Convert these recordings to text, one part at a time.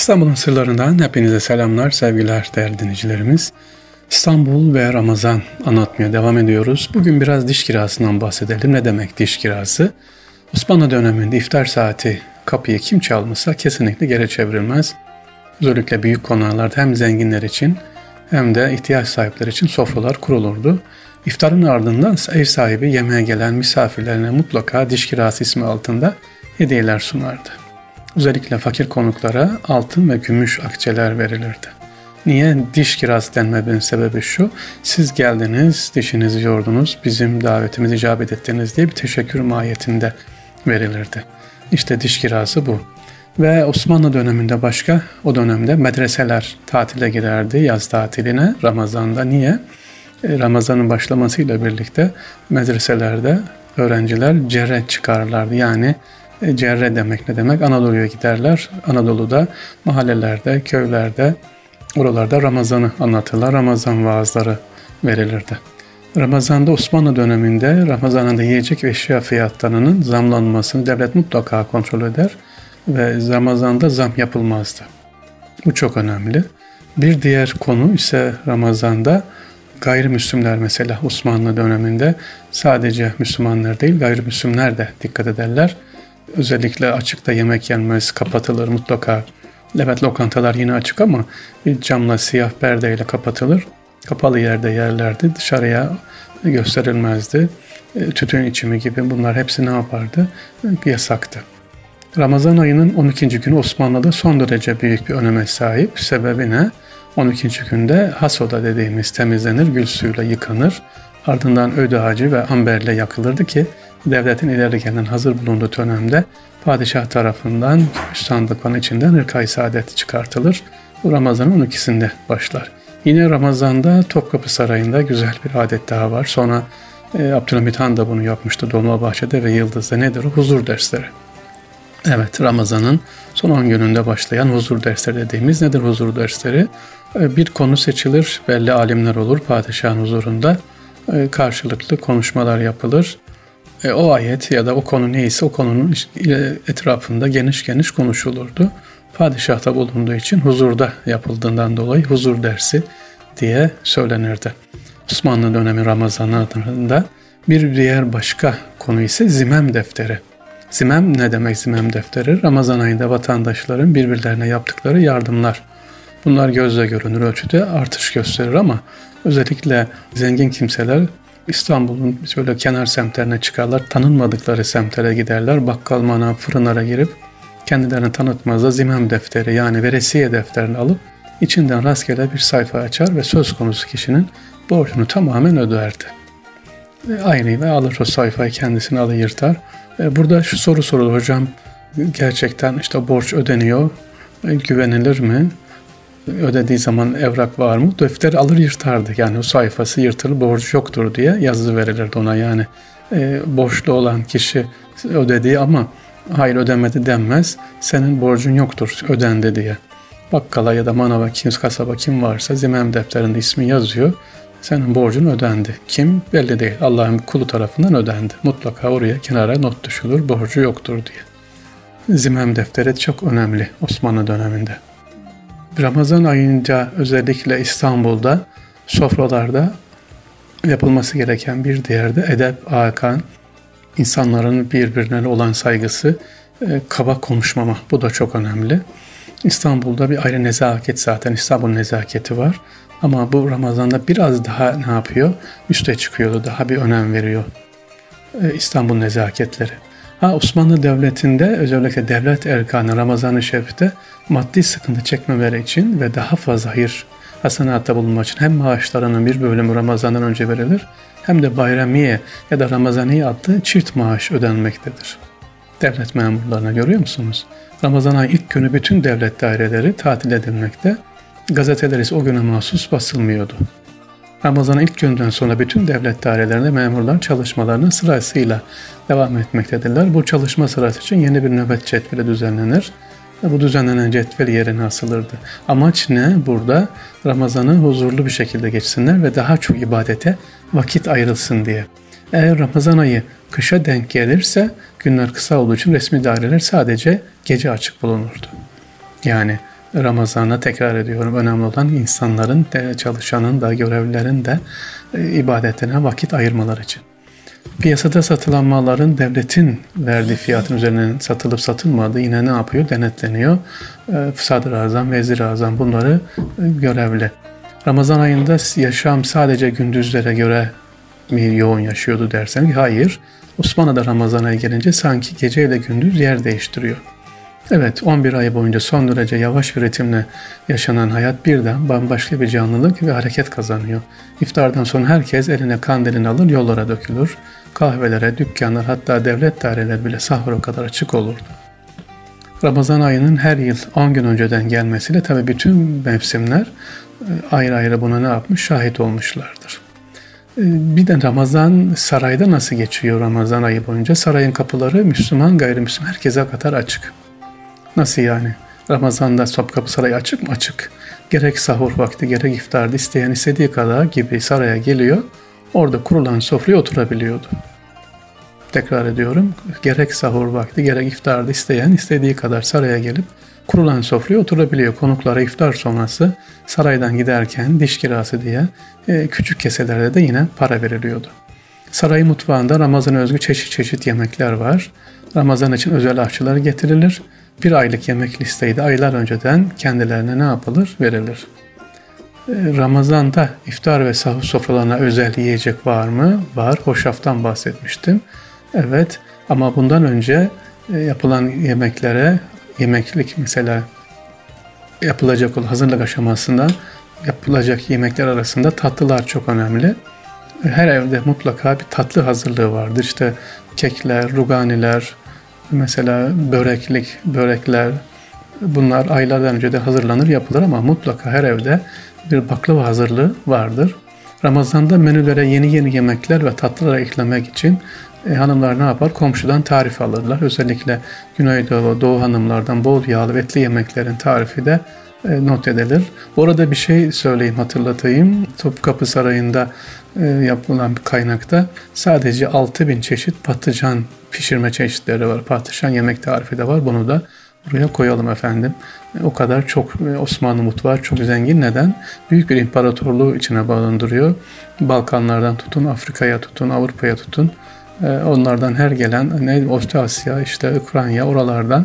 İstanbul'un sırlarından hepinize selamlar, sevgiler değerli dinleyicilerimiz. İstanbul ve Ramazan anlatmaya devam ediyoruz. Bugün biraz diş kirasından bahsedelim. Ne demek diş kirası? Osmanlı döneminde iftar saati kapıyı kim çalmışsa kesinlikle geri çevrilmez. Özellikle büyük konaklarda hem zenginler için hem de ihtiyaç sahipleri için sofralar kurulurdu. İftarın ardından ev sahibi yemeğe gelen misafirlerine mutlaka diş kirası ismi altında hediyeler sunardı. Özellikle fakir konuklara altın ve gümüş akçeler verilirdi. Niye diş kirası denmemin sebebi şu: siz geldiniz, dişinizi yordunuz, bizim davetimizi icabet ettiniz diye bir teşekkür mahiyetinde verilirdi. İşte diş kirası bu. Ve Osmanlı döneminde başka, o dönemde medreseler tatile giderdi, yaz tatiline, Ramazan'da. Niye? Ramazan'ın başlamasıyla birlikte medreselerde öğrenciler cerre çıkarlardı. Yani cerre demek ne demek? Anadolu'ya giderler. Anadolu'da mahallelerde, köylerde, oralarda Ramazan'ı anlatırlar. Ramazan vaazları verilirdi. Ramazan'da Osmanlı döneminde Ramazan'da yiyecek ve eşya fiyatlarının zamlanmasını devlet mutlaka kontrol eder ve Ramazan'da zam yapılmazdı. Bu çok önemli. Bir diğer konu ise Ramazan'da gayrimüslimler, mesela Osmanlı döneminde sadece Müslümanlar değil gayrimüslimler de dikkat ederler. Özellikle açıkta yemek yenmez, kapatılır mutlaka. Evet, lokantalar yine açık ama bir camla, siyah perdeyle kapatılır. Kapalı yerde yerlerdi, dışarıya gösterilmezdi. Tütün içimi gibi bunlar hepsi ne yapardı? Yasaktı. Ramazan ayının 12. günü Osmanlı'da son derece büyük bir öneme sahip. Sebebi ne? 12. günde hasoda dediğimiz temizlenir, gül suyuyla yıkanır. Ardından ödü ağacı ve amberle yakılırdı ki devletin ileri gelen hazır bulunduğu dönemde padişah tarafından sandıkların içinden hırkayı saadet çıkartılır. Bu Ramazan'ın 12'sinde başlar. Yine Ramazan'da Topkapı Sarayı'nda güzel bir adet daha var. Sonra Abdülhamit Han da bunu yapmıştı Dolmabahçe'de ve Yıldız'da. Nedir o? Huzur dersleri. Evet, Ramazan'ın son 10 gününde başlayan huzur dersleri dediğimiz nedir huzur dersleri? Bir konu seçilir, belli alimler olur padişahın huzurunda. Karşılıklı konuşmalar yapılır. O ayet ya da o konu neyse o konunun etrafında geniş geniş konuşulurdu. Padişah da bulunduğu için huzurda yapıldığından dolayı huzur dersi diye söylenirdi. Osmanlı dönemi Ramazan'ında bir diğer başka konu ise zimem defteri. Zimem ne demek zimem defteri? Ramazan ayında vatandaşların birbirlerine yaptıkları yardımlar. Bunlar gözle görünür ölçüde artış gösterir ama özellikle zengin kimseler İstanbul'un şöyle kenar semtlerine çıkarlar, tanınmadıkları semtlere giderler, bakkal, manav, fırınlara girip kendilerini tanıtmazda zimem defteri yani veresiye defterini alıp içinden rastgele bir sayfa açar ve söz konusu kişinin borcunu tamamen öderdi. Aynı ve alır o sayfayı kendisine alır yırtar. Burada şu soru sorulur: hocam gerçekten işte borç ödeniyor, güvenilir mi? Ödediği zaman evrak var mı? Defteri alır yırtardı. Yani o sayfası yırtılır, borcu yoktur diye yazı verilirdi ona. Yani borçlu olan kişi ödediği ama hayır ödemedi denmez. Senin borcun yoktur, ödendi diye. Bakkala ya da manava, kasaba kim varsa zimem defterinde ismi yazıyor. Senin borcun ödendi. Kim? Belli değil. Allah'ın kulu tarafından ödendi. Mutlaka oraya kenara not düşülür, borcu yoktur diye. Zimem defteri çok önemli Osmanlı döneminde. Ramazan ayınca özellikle İstanbul'da sofralarda yapılması gereken bir diğer de edep, akan, insanların birbirine olan saygısı, kaba konuşmama. Bu da çok önemli. İstanbul'da bir ayrı nezaket, zaten İstanbul nezaketi var. Ama bu Ramazan'da biraz daha ne yapıyor? Üste çıkıyordu, daha bir önem veriyor İstanbul nezaketleri. Osmanlı Devleti'nde özellikle devlet erkanı Ramazan-ı Şerif'te maddi sıkıntı çekmeleri için ve daha fazla hayır hasanatta bulunmak için hem maaşlarının bir bölümü Ramazan'dan önce verilir hem de bayramiye ya da Ramazaniye adlı çift maaş ödenmektedir. Devlet memurlarına görüyor musunuz? Ramazan ayı ilk günü bütün devlet daireleri tatil edilmekte, gazeteler ise o güne mahsus basılmıyordu. Ramazan'ın ilk günden sonra bütün devlet dairelerinde memurlar çalışmalarına sırasıyla devam etmektedirler. Bu çalışma sırası için yeni bir nöbet cetveli düzenlenir. Bu düzenlenen cetvel yerine asılırdı. Amaç ne? Burada Ramazan'ı huzurlu bir şekilde geçsinler ve daha çok ibadete vakit ayrılsın diye. Eğer Ramazan ayı kışa denk gelirse günler kısa olduğu için resmi daireler sadece gece açık bulunurdu. Yani Ramazan'a tekrar ediyorum. Önemli olan insanların, çalışanın da, görevlilerin de ibadetine vakit ayırmaları için. Piyasada satılan malların devletin verdiği fiyatın üzerinden satılıp satılmadığı yine ne yapıyor? Denetleniyor. Sadrazam, Vezir-i bunları görevli. Ramazan ayında yaşam sadece gündüzlere göre mi yoğun yaşıyordu derseniz hayır. Osmanlı'da Ramazan ayı gelince sanki gece ile gündüz yer değiştiriyor. Evet, 11 ay boyunca son derece yavaş bir ritimle yaşanan hayat birden bambaşka bir canlılık ve hareket kazanıyor. İftardan sonra herkes eline kandilini alır, yollara dökülür. Kahvelere, dükkanlar, hatta devlet daireleri bile sahura kadar açık olurdu. Ramazan ayının her yıl 10 gün önceden gelmesiyle tabii bütün mevsimler ayrı ayrı buna ne yapmış? Şahit olmuşlardır. Bir de Ramazan sarayda nasıl geçiyor Ramazan ayı boyunca? Sarayın kapıları Müslüman, gayrimüslim herkese kadar açık. Nasıl yani? Ramazan'da Topkapı Sarayı açık mı? Açık. Gerek sahur vakti, gerek iftarda isteyen istediği kadar gibi saraya geliyor. Orada kurulan sofraya oturabiliyordu. Tekrar ediyorum. Gerek sahur vakti, gerek iftarda isteyen istediği kadar saraya gelip kurulan sofraya oturabiliyor. Konuklara iftar sonrası saraydan giderken diş kirası diye küçük keselerde de yine para veriliyordu. Saray mutfağında Ramazan'a özgü çeşit çeşit yemekler var. Ramazan için özel aşçılar getirilir. Bir aylık yemek listeyi de aylar önceden kendilerine ne yapılır? Verilir. Ramazan'da iftar ve sahur sofralarına özel yiyecek var mı? Var. Hoşaftan bahsetmiştim. Evet, ama bundan önce yapılan yemeklere, yemeklik mesela yapılacak olan hazırlık aşamasında yapılacak yemekler arasında tatlılar çok önemli. Her evde mutlaka bir tatlı hazırlığı vardır. İşte kekler, ruganiler, mesela börekler, bunlar aylardan önceden hazırlanır, yapılır ama mutlaka her evde bir baklava hazırlığı vardır. Ramazan'da menülere yeni yemekler ve tatlılar eklemek için hanımlar ne yapar? Komşudan tarif alırlar. Özellikle Güneydoğu, Doğu hanımlardan bol yağlı ve etli yemeklerin tarifi de not edilir. Bu arada bir şey söyleyeyim, hatırlatayım. Topkapı Sarayı'nda yapılan bir kaynakta sadece 6.000 çeşit patlıcan pişirme çeşitleri var. Patlıcan yemek tarifi de var. Bunu da buraya koyalım efendim. O kadar çok Osmanlı mutfağı çok zengin. Neden? Büyük bir imparatorluğu içine barındırıyor. Balkanlardan tutun, Afrika'ya tutun, Avrupa'ya tutun. Onlardan her gelen Orta Asya, işte Ukrayna, oralardan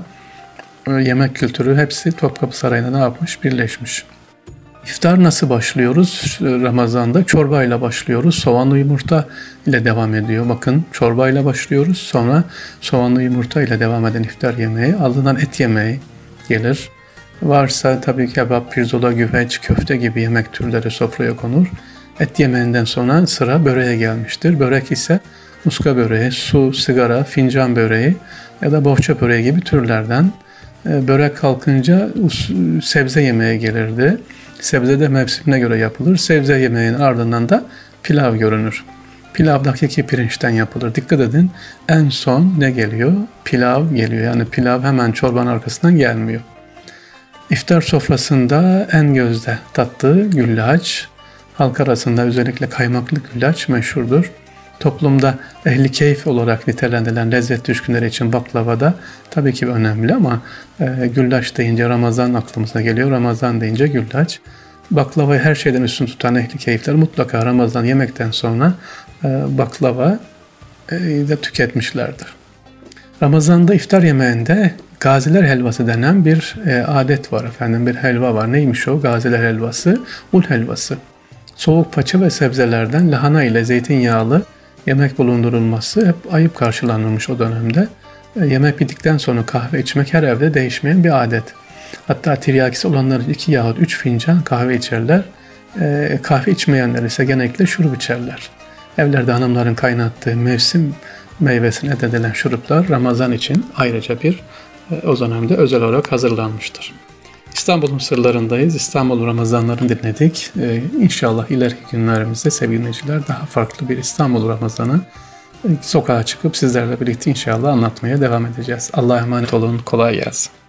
yemek kültürü hepsi Topkapı Sarayı'na ne yapmış? Birleşmiş. İftar nasıl başlıyoruz? Ramazan'da çorbayla başlıyoruz. Soğanlı yumurta ile devam ediyor. Bakın, çorbayla başlıyoruz. Sonra soğanlı yumurta ile devam eden iftar yemeği. Ardından et yemeği gelir. Varsa tabii kebap, pirzola, güveç, köfte gibi yemek türleri sofraya konur. Et yemeğinden sonra sıra böreğe gelmiştir. Börek ise muska böreği, su, sigara, fincan böreği ya da bohça böreği gibi türlerden. Börek kalkınca sebze yemeği gelirdi. Sebze de mevsimine göre yapılır. Sebze yemeğinin ardından da pilav görünür. Pilav da hakiki pirinçten yapılır. Dikkat edin, en son ne geliyor? Pilav geliyor. Yani pilav hemen çorbanın arkasından gelmiyor. İftar sofrasında en gözde tatlı güllaç. Halk arasında özellikle kaymaklı güllaç meşhurdur. Toplumda ehli keyif olarak nitelendirilen lezzet düşkünleri için baklava da tabii ki önemli ama güllaç deyince Ramazan aklımıza geliyor. Ramazan deyince güllaç. Baklavayı her şeyden üstün tutan ehli keyifler mutlaka Ramazan yemekten sonra baklava da tüketmişlerdir. Ramazan'da iftar yemeğinde gaziler helvası denen bir adet var efendim. Bir helva var. Neymiş o? Gaziler helvası, ul helvası. Soğuk paça ve sebzelerden lahana ile zeytinyağlı yemek bulundurulması hep ayıp karşılanılmış o dönemde. Yemek bittikten sonra kahve içmek her evde değişmeyen bir adet. Hatta tiryakisi olanlar 2 yahut 3 fincan kahve içerler. Kahve içmeyenler ise genellikle şurup içerler. Evlerde hanımların kaynattığı mevsim meyvesine edilen şuruplar Ramazan için ayrıca bir o dönemde özel olarak hazırlanmıştır. İstanbul'un sırlarındayız. İstanbul Ramazanlarını dinledik. İnşallah ileriki günlerimizde sevgili dinleyiciler daha farklı bir İstanbul Ramazanı sokağa çıkıp sizlerle birlikte inşallah anlatmaya devam edeceğiz. Allah'a emanet olun. Kolay gelsin.